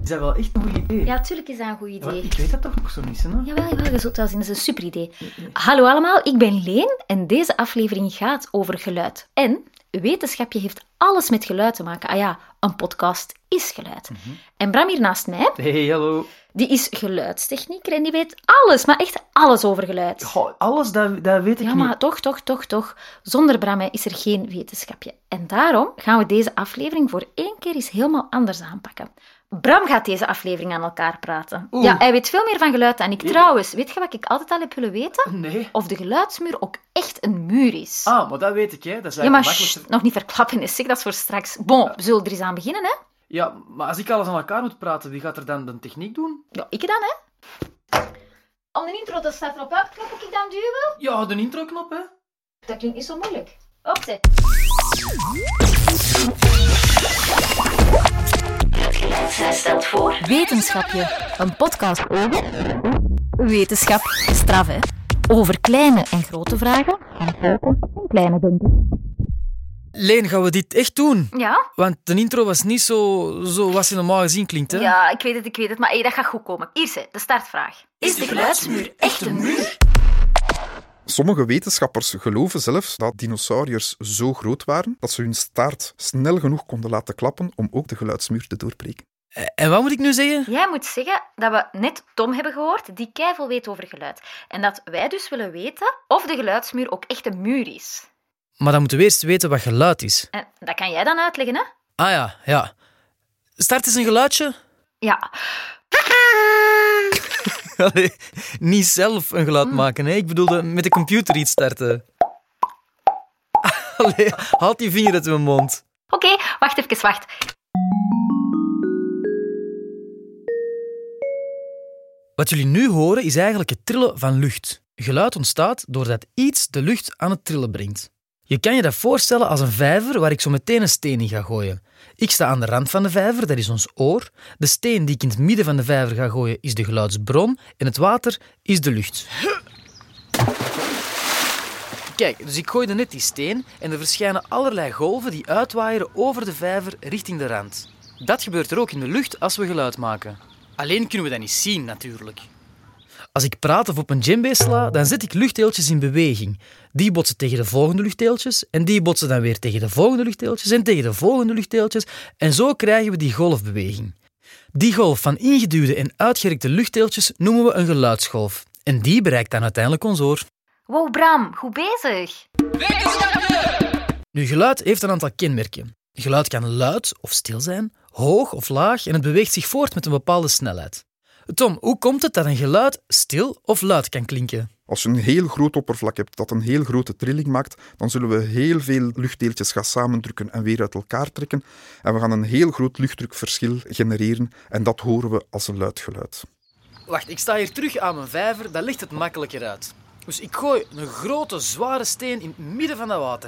Is dat wel echt een goed idee? Ja, natuurlijk is dat een goed idee. Ja, ik weet dat toch nog zo niet, hè? Jawel, je zult wel zien, dat is een super idee. Hallo allemaal, ik ben Leen en deze aflevering gaat over geluid. En wetenschapje heeft alles met geluid te maken. Ah ja, een podcast is geluid. En Bram hier naast mij, Hey, hallo. die is geluidstechnieker en die weet alles, maar echt alles over geluid. Goh, alles, dat weet ik Ja, niet. maar toch. Zonder Bram is er geen wetenschapje. En daarom gaan we deze aflevering voor één keer eens helemaal anders aanpakken. Bram gaat deze aflevering aan elkaar praten. Oeh. Ja, hij weet veel meer van geluid dan ik. Trouwens, weet je wat ik altijd al heb willen weten? Nee. Of de geluidsmuur ook echt een muur is. Ah, maar dat weet ik, hè. Dat is Ja, maar makkelijker. nog niet verklappen, is zeg, dat is voor straks. Bon, we zullen er eens aan beginnen, hè? Ja, maar als ik alles aan elkaar moet praten, wie gaat er dan de techniek doen? Ja, ik dan, hè? Om de intro te starten op welke knop moet ik dan duwen? Ja, de intro-knop, hè. Dat klinkt niet zo moeilijk. Opzet. Zij stelt voor Wetenschapje, een podcast over wetenschap. Straf, hè? Over kleine en grote vragen en grote en kleine denken. Leen, gaan we dit echt doen? Ja? Want de intro was niet zo wat ze normaal gezien klinkt, hè? Ja, ik weet het, maar dat gaat goed komen. Hier, de startvraag. Is de geluidsmuur echt een muur? Sommige wetenschappers geloven zelfs dat dinosauriërs zo groot waren dat ze hun staart snel genoeg konden laten klappen om ook de geluidsmuur te doorbreken. En wat moet ik nu zeggen? Jij moet zeggen dat we net Tom hebben gehoord, die keiveel weet over geluid. En dat wij dus willen weten of de geluidsmuur ook echt een muur is. Maar dan moeten we eerst weten wat geluid is. En dat kan jij dan uitleggen, hè? Ah ja. Start eens een geluidje. Ja. Allee, niet zelf een geluid maken, hè. Ik bedoelde met de computer iets starten. Allee, haal die vinger uit mijn mond. Oké, wacht. Wat jullie nu horen is eigenlijk het trillen van lucht. Geluid ontstaat doordat iets de lucht aan het trillen brengt. Je kan je dat voorstellen als een vijver waar ik zo meteen een steen in ga gooien. Ik sta aan de rand van de vijver, dat is ons oor. De steen die ik in het midden van de vijver ga gooien is de geluidsbron en het water is de lucht. Kijk, dus ik gooide net die steen en er verschijnen allerlei golven die uitwaaieren over de vijver richting de rand. Dat gebeurt er ook in de lucht als we geluid maken. Alleen kunnen we dat niet zien, natuurlijk. Als ik praat of op een djembe sla, dan zet ik luchtdeeltjes in beweging. Die botsen tegen de volgende luchtdeeltjes en die botsen dan weer tegen de volgende luchtdeeltjes en tegen de volgende luchtdeeltjes en zo krijgen we die golfbeweging. Die golf van ingeduwde en uitgerekte luchtdeeltjes noemen we een geluidsgolf. En die bereikt dan uiteindelijk ons oor. Wow, Bram, goed bezig. Nu, geluid heeft een aantal kenmerken. Geluid kan luid of stil zijn, hoog of laag en het beweegt zich voort met een bepaalde snelheid. Tom, hoe komt het dat een geluid stil of luid kan klinken? Als je een heel groot oppervlak hebt dat een heel grote trilling maakt, dan zullen we heel veel luchtdeeltjes gaan samendrukken en weer uit elkaar trekken. En we gaan een heel groot luchtdrukverschil genereren en dat horen we als een luid geluid. Wacht, ik sta hier terug aan mijn vijver, dat ligt het makkelijker uit. Dus ik gooi een grote, zware steen in het midden van dat water.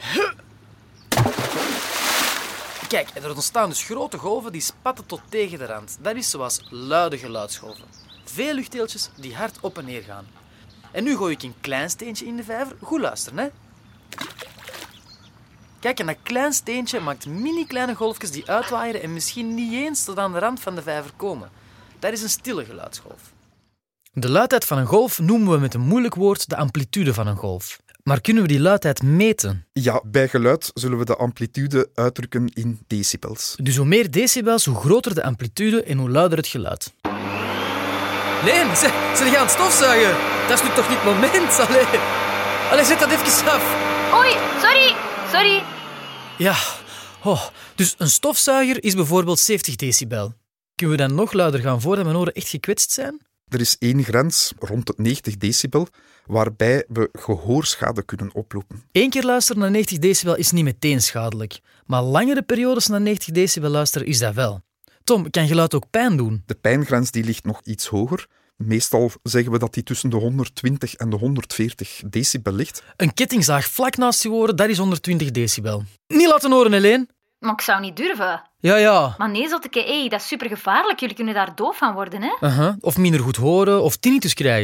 Kijk, er ontstaan dus grote golven die spatten tot tegen de rand. Dat is zoals luide geluidsgolven. Veel luchtdeeltjes die hard op en neer gaan. En nu gooi ik een klein steentje in de vijver. Goed luisteren, hè. Kijk, en dat klein steentje maakt mini-kleine golfjes die uitwaaieren en misschien niet eens tot aan de rand van de vijver komen. Dat is een stille geluidsgolf. De luidheid van een golf noemen we met een moeilijk woord de amplitude van een golf. Maar kunnen we die luidheid meten? Ja, bij geluid zullen we de amplitude uitdrukken in decibels. Dus hoe meer decibels, hoe groter de amplitude en hoe luider het geluid. Leen, ze gaan aan het stofzuigen. Dat is nu toch niet het moment? Allee, zet dat even af. Oei, sorry. Ja, dus een stofzuiger is bijvoorbeeld 70 decibel. Kunnen we dan nog luider gaan voordat mijn oren echt gekwetst zijn? Er is één grens, rond het 90 decibel, waarbij we gehoorschade kunnen oplopen. 1 keer luisteren naar 90 decibel is niet meteen schadelijk. Maar langere periodes naar 90 decibel luisteren is dat wel. Tom, kan geluid ook pijn doen? De pijngrens die ligt nog iets hoger. Meestal zeggen we dat die tussen de 120 en de 140 decibel ligt. Een kettingzaag vlak naast je oren, dat is 120 decibel. Niet laten horen, Helene. Maar ik zou niet durven. Ja. Maar nee, zotteke, dat is supergevaarlijk. Jullie kunnen daar doof van worden, hè? Of minder goed horen, of tinnitus krijgen.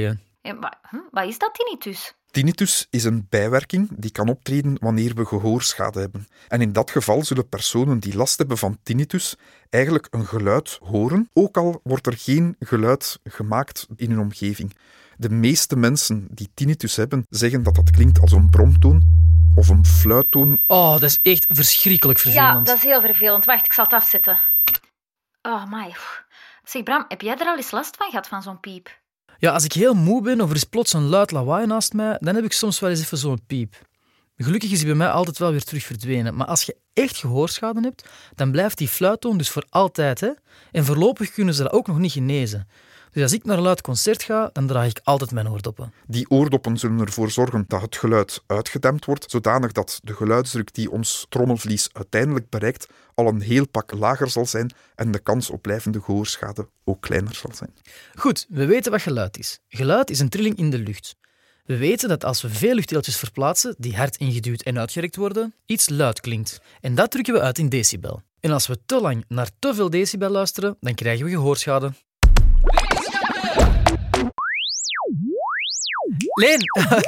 Wat is dat tinnitus? Tinnitus is een bijwerking die kan optreden wanneer we gehoorschade hebben. En in dat geval zullen personen die last hebben van tinnitus eigenlijk een geluid horen, ook al wordt er geen geluid gemaakt in hun omgeving. De meeste mensen die tinnitus hebben, zeggen dat dat klinkt als een bromtoon of een fluittoon. Oh, dat is echt verschrikkelijk vervelend. Ja, dat is heel vervelend. Wacht, ik zal het afzetten. Oh, my. Zeg Bram, heb jij er al eens last van gehad, van zo'n piep? Ja, als ik heel moe ben of er is plots een luid lawaai naast mij, dan heb ik soms wel eens even zo'n piep. Gelukkig is die bij mij altijd wel weer terug verdwenen. Maar als je echt gehoorschade hebt, dan blijft die fluittoon dus voor altijd. Hè? En voorlopig kunnen ze dat ook nog niet genezen. Dus als ik naar een luid concert ga, dan draag ik altijd mijn oordoppen. Die oordoppen zullen ervoor zorgen dat het geluid uitgedempt wordt, zodanig dat de geluidsdruk die ons trommelvlies uiteindelijk bereikt al een heel pak lager zal zijn en de kans op blijvende gehoorschade ook kleiner zal zijn. Goed, we weten wat geluid is. Geluid is een trilling in de lucht. We weten dat als we veel luchtdeeltjes verplaatsen, die hard ingeduwd en uitgerekt worden, iets luid klinkt. En dat drukken we uit in decibel. En als we te lang naar te veel decibel luisteren, dan krijgen we gehoorschade. Leen!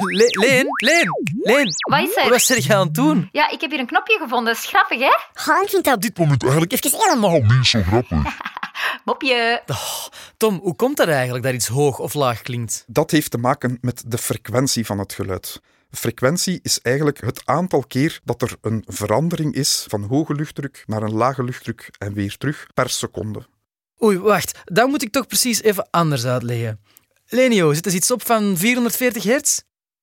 Wat is er? Wat zeg je aan het doen? Ja, ik heb hier een knopje gevonden. Dat is grappig, hè? Ik vind dat op dit moment eigenlijk even helemaal niet zo grappig. Mopje. Tom, hoe komt dat eigenlijk dat iets hoog of laag klinkt? Dat heeft te maken met de frequentie van het geluid. Frequentie is eigenlijk het aantal keer dat er een verandering is van hoge luchtdruk naar een lage luchtdruk en weer terug per seconde. Oei, wacht. Dat moet ik toch precies even anders uitleggen. Lenio, zit er iets op van 440 hertz?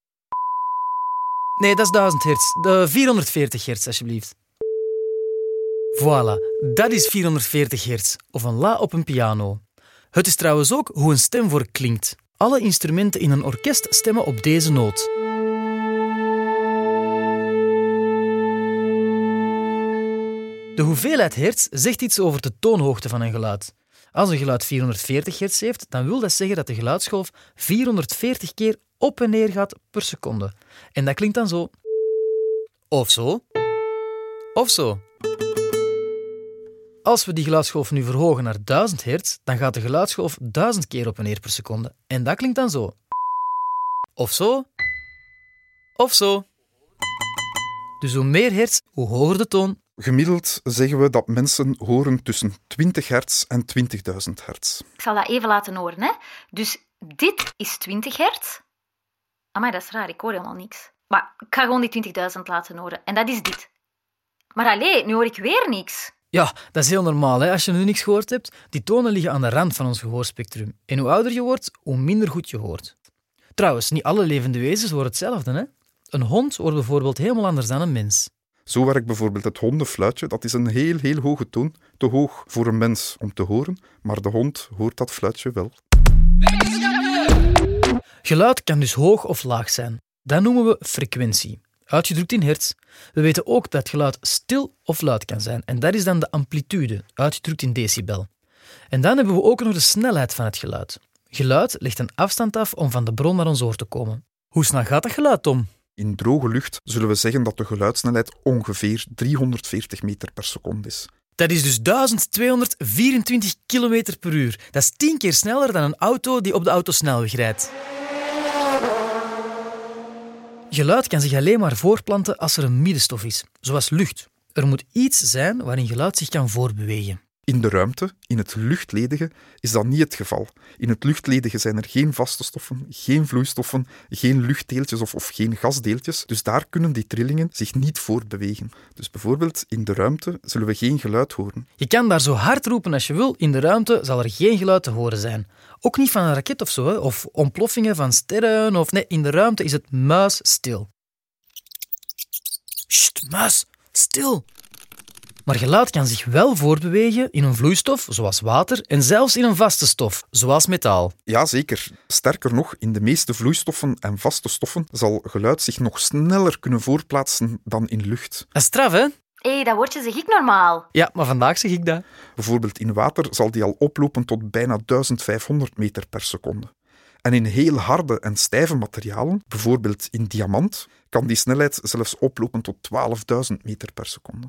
Nee, dat is 1000 hertz. De 440 hertz, alsjeblieft. Voilà, dat is 440 hertz. Of een la op een piano. Het is trouwens ook hoe een stemvork klinkt. Alle instrumenten in een orkest stemmen op deze noot. De hoeveelheid hertz zegt iets over de toonhoogte van een geluid. Als een geluid 440 hertz heeft, dan wil dat zeggen dat de geluidsgolf 440 keer op en neer gaat per seconde. En dat klinkt dan zo. Of zo. Of zo. Als we die geluidsgolf nu verhogen naar 1000 hertz, dan gaat de geluidsgolf 1000 keer op en neer per seconde. En dat klinkt dan zo. Of zo. Of zo. Dus hoe meer hertz, hoe hoger de toon. Gemiddeld zeggen we dat mensen horen tussen 20 hertz en 20.000 hertz. Ik zal dat even laten horen, hè. Dus dit is 20 hertz. Amai, dat is raar, ik hoor helemaal niks. Maar ik ga gewoon die 20.000 laten horen. En dat is dit. Maar allee, nu hoor ik weer niks. Ja, dat is heel normaal, hè? Als je nu niks gehoord hebt. Die tonen liggen aan de rand van ons gehoorspectrum. En hoe ouder je wordt, hoe minder goed je hoort. Trouwens, niet alle levende wezens horen hetzelfde, hè? Een hond hoort bijvoorbeeld helemaal anders dan een mens. Zo werkt bijvoorbeeld het hondenfluitje. Dat is een heel hoge toon. Te hoog voor een mens om te horen, maar de hond hoort dat fluitje wel. Geluid kan dus hoog of laag zijn. Dat noemen we frequentie, uitgedrukt in hertz. We weten ook dat geluid stil of luid kan zijn. En dat is dan de amplitude, uitgedrukt in decibel. En dan hebben we ook nog de snelheid van het geluid. Geluid legt een afstand af om van de bron naar ons oor te komen. Hoe snel gaat dat geluid, Tom? In droge lucht zullen we zeggen dat de geluidssnelheid ongeveer 340 meter per seconde is. Dat is dus 1224 km per uur. Dat is 10 keer sneller dan een auto die op de autosnelweg rijdt. Geluid kan zich alleen maar voortplanten als er een middenstof is, zoals lucht. Er moet iets zijn waarin geluid zich kan voortbewegen. In de ruimte, in het luchtledige, is dat niet het geval. In het luchtledige zijn er geen vaste stoffen, geen vloeistoffen, geen luchtdeeltjes of geen gasdeeltjes. Dus daar kunnen die trillingen zich niet voortbewegen. Dus bijvoorbeeld in de ruimte zullen we geen geluid horen. Je kan daar zo hard roepen als je wil. In de ruimte zal er geen geluid te horen zijn. Ook niet van een raket of zo, hè? Of ontploffingen van sterren. Of nee, in de ruimte is het muisstil. Sst, muis, stil. Maar geluid kan zich wel voortbewegen in een vloeistof, zoals water, en zelfs in een vaste stof, zoals metaal. Jazeker. Sterker nog, in de meeste vloeistoffen en vaste stoffen zal geluid zich nog sneller kunnen voortplaatsen dan in lucht. Dat is straf, hè? Hé, dat woordje zeg ik normaal. Ja, maar vandaag zeg ik dat. Bijvoorbeeld in water zal die al oplopen tot bijna 1500 meter per seconde. En in heel harde en stijve materialen, bijvoorbeeld in diamant, kan die snelheid zelfs oplopen tot 12.000 meter per seconde.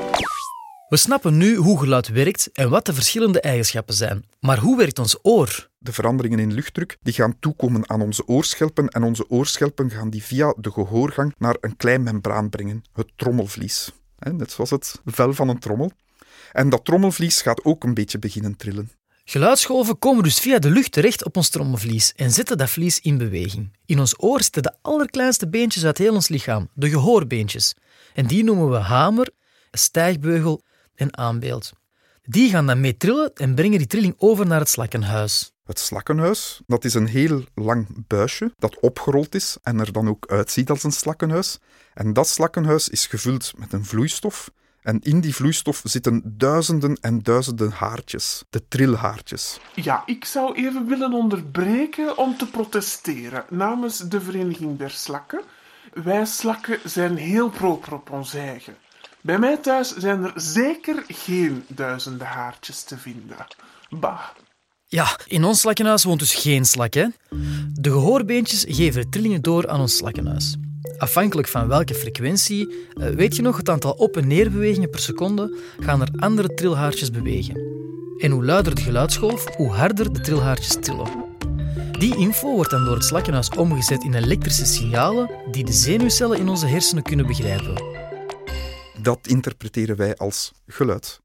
We snappen nu hoe geluid werkt en wat de verschillende eigenschappen zijn. Maar hoe werkt ons oor? De veranderingen in luchtdruk die gaan toekomen aan onze oorschelpen en onze oorschelpen gaan die via de gehoorgang naar een klein membraan brengen, het trommelvlies. Net zoals het vel van een trommel. En dat trommelvlies gaat ook een beetje beginnen trillen. Geluidsgolven komen dus via de lucht terecht op ons trommelvlies en zetten dat vlies in beweging. In ons oor zitten de allerkleinste beentjes uit heel ons lichaam, de gehoorbeentjes. En die noemen we hamer, stijgbeugel en aanbeeld. Die gaan dan mee trillen en brengen die trilling over naar het slakkenhuis. Het slakkenhuis, dat is een heel lang buisje dat opgerold is en er dan ook uitziet als een slakkenhuis. En dat slakkenhuis is gevuld met een vloeistof. En in die vloeistof zitten duizenden en duizenden haartjes, de trilhaartjes. Ja, ik zou even willen onderbreken om te protesteren namens de Vereniging der Slakken. Wij slakken zijn heel proper op ons eigen. Bij mij thuis zijn er zeker geen duizenden haartjes te vinden. Bah. Ja, in ons slakkenhuis woont dus geen slak, hè? De gehoorbeentjes geven de trillingen door aan ons slakkenhuis. Afhankelijk van welke frequentie, weet je nog, het aantal op- en neerbewegingen per seconde, gaan er andere trilhaartjes bewegen. En hoe luider de geluidsgolf, hoe harder de trilhaartjes trillen. Die info wordt dan door het slakkenhuis omgezet in elektrische signalen die de zenuwcellen in onze hersenen kunnen begrijpen. Dat interpreteren wij als geluid.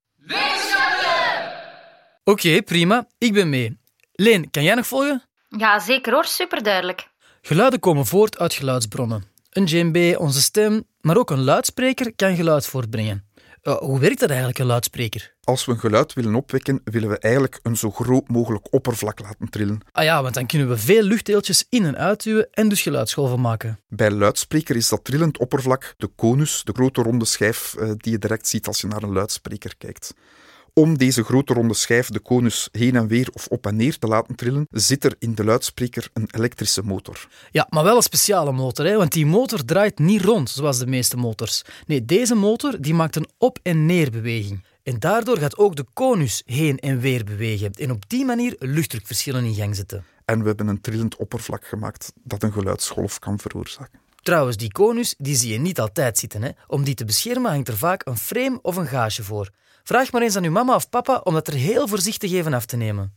Oké, prima. Ik ben mee. Leen, kan jij nog volgen? Ja, zeker hoor. Superduidelijk. Geluiden komen voort uit geluidsbronnen. Een djembe, onze stem, maar ook een luidspreker kan geluid voortbrengen. Hoe werkt dat eigenlijk, een luidspreker? Als we een geluid willen opwekken, willen we eigenlijk een zo groot mogelijk oppervlak laten trillen. Ah ja, want dan kunnen we veel luchtdeeltjes in- en uitduwen en dus geluidsgolven maken. Bij luidspreker is dat trillend oppervlak de conus, de grote ronde schijf die je direct ziet als je naar een luidspreker kijkt. Om deze grote ronde schijf, de conus, heen en weer of op en neer te laten trillen, zit er in de luidspreker een elektrische motor. Ja, maar wel een speciale motor, hè? Want die motor draait niet rond, zoals de meeste motors. Nee, deze motor die maakt een op- en neerbeweging. En daardoor gaat ook de conus heen en weer bewegen. En op die manier luchtdrukverschillen in gang zetten. En we hebben een trillend oppervlak gemaakt dat een geluidsgolf kan veroorzaken. Trouwens, die conus die zie je niet altijd zitten, hè? Om die te beschermen hangt er vaak een frame of een gaasje voor. Vraag maar eens aan uw mama of papa om dat er heel voorzichtig even af te nemen.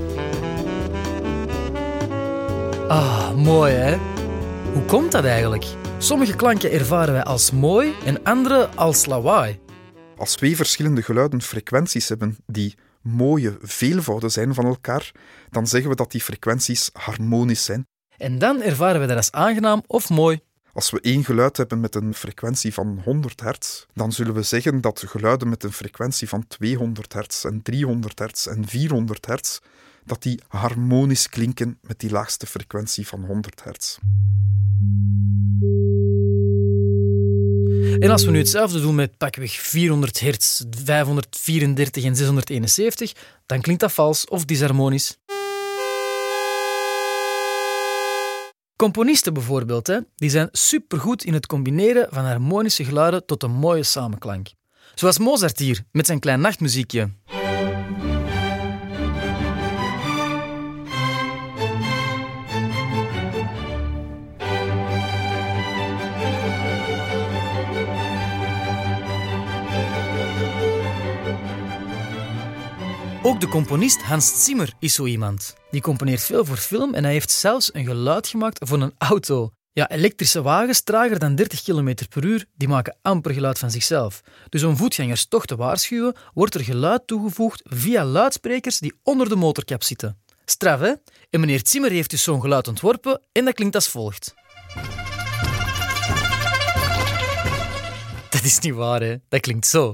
Ah, mooi hè? Hoe komt dat eigenlijk? Sommige klanken ervaren wij als mooi en andere als lawaai. Als twee verschillende geluiden frequenties hebben die mooie veelvouden zijn van elkaar, dan zeggen we dat die frequenties harmonisch zijn. En dan ervaren we dat als aangenaam of mooi. Als we één geluid hebben met een frequentie van 100 hertz, dan zullen we zeggen dat geluiden met een frequentie van 200 hertz en 300 hertz en 400 hertz, dat die harmonisch klinken met die laagste frequentie van 100 hertz. En als we nu hetzelfde doen met pakweg 400 hertz, 534 en 671, dan klinkt dat vals of disharmonisch. Componisten bijvoorbeeld, hè, die zijn supergoed in het combineren van harmonische geluiden tot een mooie samenklank. Zoals Mozart hier, met zijn klein nachtmuziekje. Ook de componist Hans Zimmer is zo iemand. Die componeert veel voor film en hij heeft zelfs een geluid gemaakt voor een auto. Ja, elektrische wagens trager dan 30 km per uur, die maken amper geluid van zichzelf. Dus om voetgangers toch te waarschuwen, wordt er geluid toegevoegd via luidsprekers die onder de motorkap zitten. Straf, hè? En meneer Zimmer heeft dus zo'n geluid ontworpen en dat klinkt als volgt. Dat is niet waar, hè? Dat klinkt zo.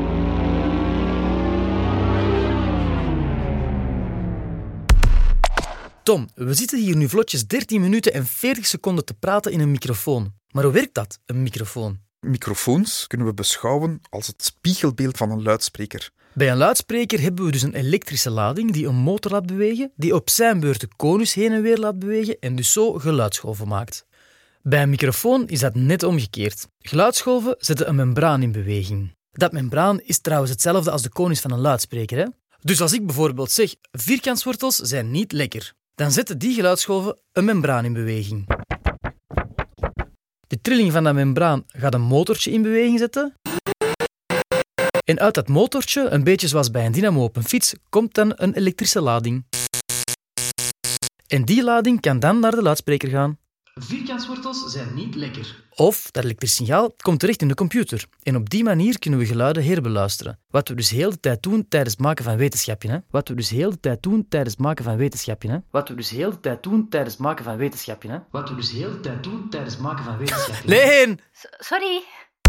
Tom, we zitten hier nu vlotjes 13 minuten en 40 seconden te praten in een microfoon. Maar hoe werkt dat, een microfoon? Microfoons kunnen we beschouwen als het spiegelbeeld van een luidspreker. Bij een luidspreker hebben we dus een elektrische lading die een motor laat bewegen, die op zijn beurt de conus heen en weer laat bewegen en dus zo geluidsgolven maakt. Bij een microfoon is dat net omgekeerd. Geluidsgolven zetten een membraan in beweging. Dat membraan is trouwens hetzelfde als de conus van een luidspreker, hè? Dus als ik bijvoorbeeld zeg, vierkantswortels zijn niet lekker, dan zetten die geluidsgolven een membraan in beweging. De trilling van dat membraan gaat een motortje in beweging zetten. En uit dat motortje, een beetje zoals bij een dynamo op een fiets, komt dan een elektrische lading. En die lading kan dan naar de luidspreker gaan. Vierkantswortels zijn niet lekker. Of dat elektrisch signaal komt terecht in de computer. En op die manier kunnen we geluiden herbeluisteren. Wat we dus heel de tijd doen tijdens het maken van wetenschapje. Hè? Wat we dus heel de tijd doen tijdens het maken van wetenschapje. Hè? Wat we dus heel de tijd doen tijdens het maken van wetenschapje. Hè? Wat we dus heel de tijd doen tijdens het maken van wetenschapje. Leen! Sorry.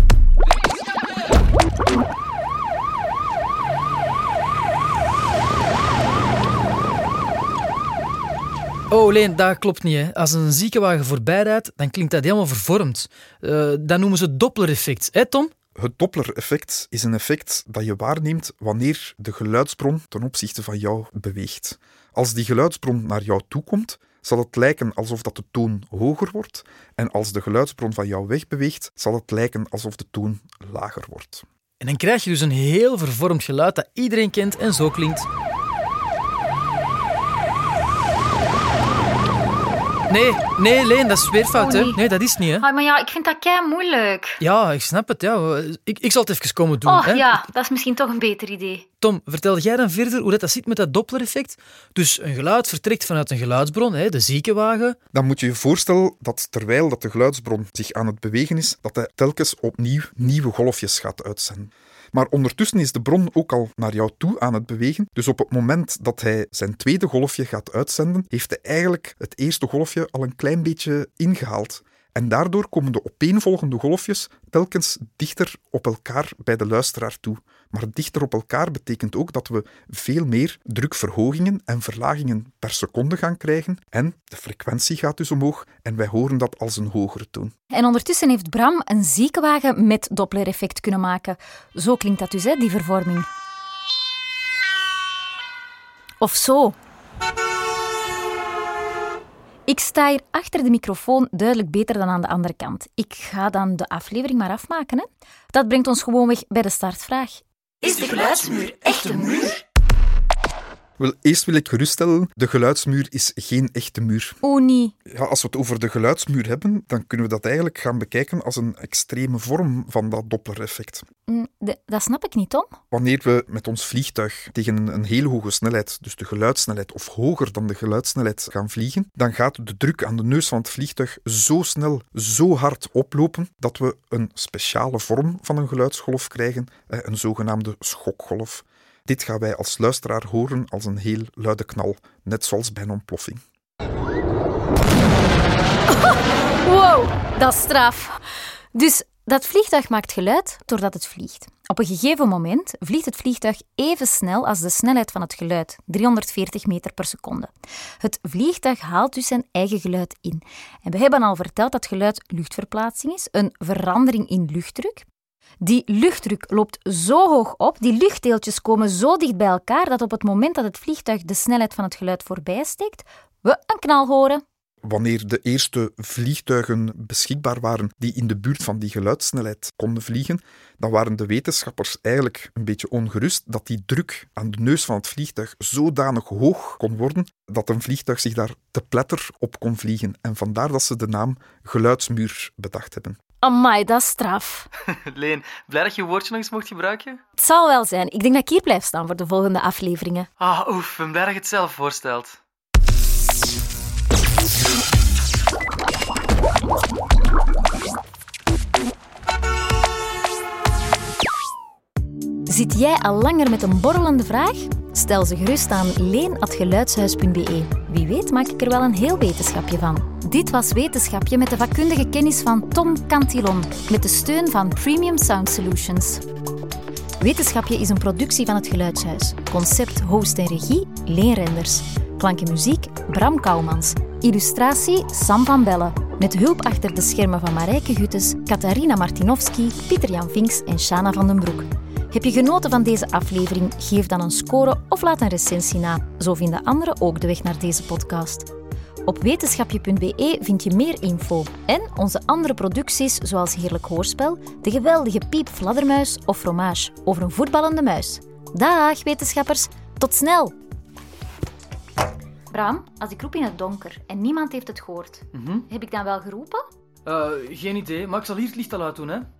Oh, Leen, dat klopt niet. Hè. Als een ziekenwagen voorbij rijdt, dan klinkt dat helemaal vervormd. Dat noemen ze het Doppler-effect. Hè, Tom? Het Doppler-effect is een effect dat je waarneemt wanneer de geluidsbron ten opzichte van jou beweegt. Als die geluidsbron naar jou toe komt, zal het lijken alsof dat de toon hoger wordt. En als de geluidsbron van jou wegbeweegt, zal het lijken alsof de toon lager wordt. En dan krijg je dus een heel vervormd geluid dat iedereen kent en zo klinkt. Nee, Leen, dat is weer fout, hè? Nee, dat is niet, hè? Maar ja, ik vind dat kei moeilijk. Ja, ik snap het, ja. Ik zal het even komen doen, hè? Ja, dat is misschien toch een beter idee. Tom, vertel jij dan verder hoe dat zit met dat Doppler-effect? Dus een geluid vertrekt vanuit een geluidsbron, hè, de ziekenwagen. Dan moet je je voorstellen dat terwijl dat de geluidsbron zich aan het bewegen is, dat hij telkens opnieuw nieuwe golfjes gaat uitzenden. Maar ondertussen is de bron ook al naar jou toe aan het bewegen. Dus op het moment dat hij zijn tweede golfje gaat uitzenden, heeft hij eigenlijk het eerste golfje al een klein beetje ingehaald. En daardoor komen de opeenvolgende golfjes telkens dichter op elkaar bij de luisteraar toe. Maar dichter op elkaar betekent ook dat we veel meer drukverhogingen en verlagingen per seconde gaan krijgen. En de frequentie gaat dus omhoog en wij horen dat als een hogere toon. En ondertussen heeft Bram een ziekenwagen met Doppler-effect kunnen maken. Zo klinkt dat dus, hè, die vervorming. Of zo. Ik sta hier achter de microfoon duidelijk beter dan aan de andere kant. Ik ga dan de aflevering maar afmaken, hè. Dat brengt ons gewoonweg bij de startvraag. Is de geluidsmuur echt een muur? Wel, eerst wil ik geruststellen, de geluidsmuur is geen echte muur. Oh, niet. Ja, als we het over de geluidsmuur hebben, dan kunnen we dat eigenlijk gaan bekijken als een extreme vorm van dat Doppler-effect. Dat snap ik niet, Tom. Wanneer we met ons vliegtuig tegen een hele hoge snelheid, dus de geluidssnelheid, of hoger dan de geluidssnelheid gaan vliegen, dan gaat de druk aan de neus van het vliegtuig zo snel, zo hard oplopen, dat we een speciale vorm van een geluidsgolf krijgen, een zogenaamde schokgolf. Dit gaan wij als luisteraar horen als een heel luide knal, net zoals bij een ontploffing. Wow, dat is straf. Dus dat vliegtuig maakt geluid doordat het vliegt. Op een gegeven moment vliegt het vliegtuig even snel als de snelheid van het geluid, 340 meter per seconde. Het vliegtuig haalt dus zijn eigen geluid in. En we hebben al verteld dat geluid luchtverplaatsing is, een verandering in luchtdruk. Die luchtdruk loopt zo hoog op, die luchtdeeltjes komen zo dicht bij elkaar, dat op het moment dat het vliegtuig de snelheid van het geluid voorbij steekt, we een knal horen. Wanneer de eerste vliegtuigen beschikbaar waren die in de buurt van die geluidssnelheid konden vliegen, dan waren de wetenschappers eigenlijk een beetje ongerust dat die druk aan de neus van het vliegtuig zodanig hoog kon worden dat een vliegtuig zich daar te pletter op kon vliegen. En vandaar dat ze de naam geluidsmuur bedacht hebben. Amai, dat is straf. Leen, blij dat je een woordje nog eens mocht gebruiken? Het zal wel zijn. Ik denk dat ik hier blijf staan voor de volgende afleveringen. Ik ben blij dat je het zelf voorstelt. Zit jij al langer met een borrelende vraag? Stel ze gerust aan leen@geluidshuis.be. Wie weet maak ik er wel een heel wetenschapje van. Dit was Wetenschapje met de vakkundige kennis van Tom Cantillon, met de steun van Premium Sound Solutions. Wetenschapje is een productie van het Geluidshuis. Concept, host en regie, Leen Renders. Klank en muziek, Bram Kouwmans. Illustratie, Sam van Bellen. Met hulp achter de schermen van Marijke Guttes, Katarina Martinovski, Pieter-Jan Vinks en Shana van den Broek. Heb je genoten van deze aflevering? Geef dan een score of laat een recensie na. Zo vinden anderen ook de weg naar deze podcast. Op wetenschapje.be vind je meer info en onze andere producties zoals Heerlijk Hoorspel, De geweldige Piep Fladdermuis of Fromage over een voetballende muis. Dag wetenschappers, tot snel! Bram, als ik roep in het donker en niemand heeft het gehoord, heb ik dan wel geroepen? Geen idee, maar ik zal hier het licht al uit doen, hè.